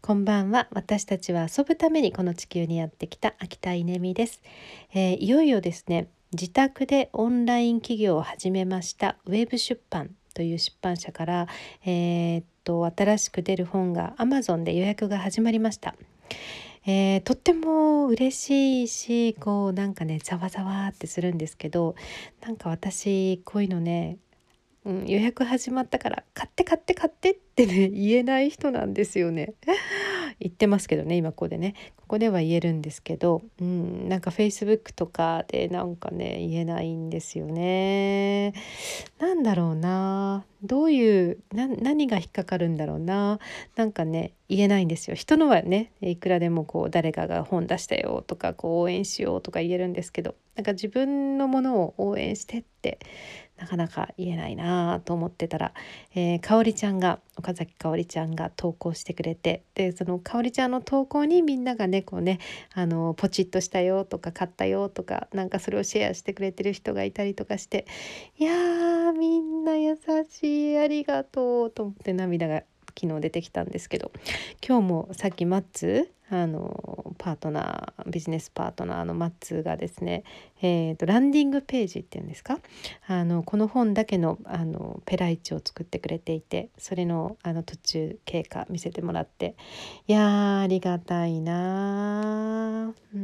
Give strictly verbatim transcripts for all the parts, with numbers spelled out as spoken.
こんばんは。私たちは遊ぶためにこの地球にやってきた秋田稲美です、えー、いよいよですね、自宅でオンライン企業を始めましたウェブ出版という出版社から、えー、っと新しく出る本が アマゾン で予約が始まりました。えー、とっても嬉しいし、こうなんかねざわざわってするんですけど、なんか私こういうのね、うん、予約始まったから買って買って買ってってね言えない人なんですよね。言ってますけどね、今ここでねここでは言えるんですけど、うん、なんか Facebook とかでなんかね言えないんですよね。なんだろうな、どういうな何が引っかかるんだろうな。なんかね言えないんですよ。人のはねいくらでもこう誰かが本出したよとかこう応援しようとか言えるんですけど、なんか自分のものを応援してってなかなか言えないなと思ってたら、えー、かおりちゃんが岡崎かおりちゃんが投稿してくれて、でそのかおりちゃんの投稿にみんながねこうねあのポチッとしたよとか買ったよとか、なんかそれをシェアしてくれてる人がいたりとかして、いやーみんな優しい、ありがとうと思って涙が昨日出てきたんですけど、今日もさっきマッツあのパートナービジネスパートナーのマッツがですね、えーと、ランディングページっていうんですか、あのこの本だけの、あのペライチを作ってくれていて、それの、あの途中経過見せてもらって、いやーありがたいな、うん、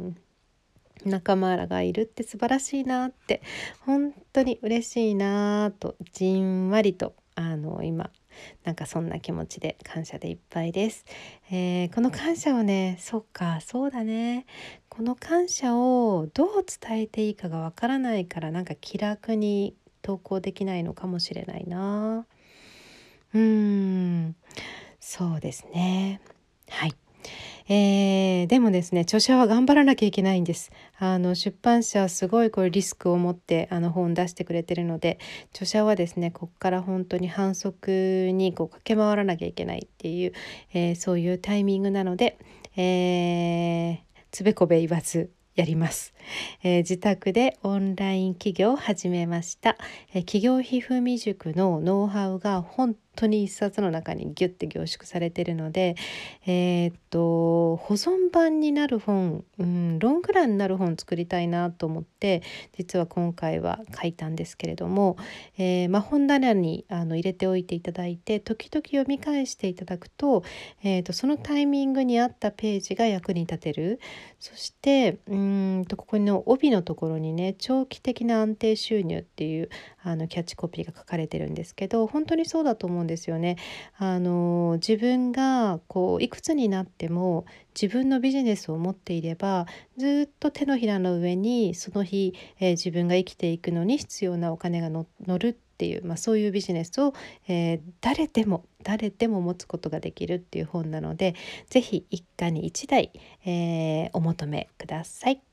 仲間らがいるって素晴らしいなって、本当に嬉しいなとじんわりとあの今なんかそんな気持ちで感謝でいっぱいです、えーこの感謝をね、そっかそうだね、この感謝をどう伝えていいかがわからないから、なんか気楽に投稿できないのかもしれないな。うーんそうですね。はい。えーでもですね、著者は頑張らなきゃいけないんです。あの出版社はすごいこれリスクを持ってあの本出してくれてるので、著者はですねここから本当に反則にこう駆け回らなきゃいけないっていう、えーそういうタイミングなので、えーつべこべ言わずやります、えー自宅でオンライン企業を始めました、えー企業ひふみ塾のノウハウが本当に一冊の中にギュッて凝縮されているので、えーっと保存版になる本、うん、ロングランになる本作りたいなと思って実は今回は書いたんですけれども、えーまあ、本棚にあの入れておいていただいて時々読み返していただくと、えーっとそのタイミングに合ったページが役に立てる。そしてうーんとここの帯のところにね、長期的な安定収入っていうあのキャッチコピーが書かれてるんですけど、本当にそうだと思うんですよね。あの自分がこういくつになっても自分のビジネスを持っていれば、ずっと手のひらの上にその日、えー自分が生きていくのに必要なお金がの乗るっていう、まあ、そういうビジネスを、えー誰でも誰でも持つことができるっていう本なので、ぜひ一家に一台、えーお求めください。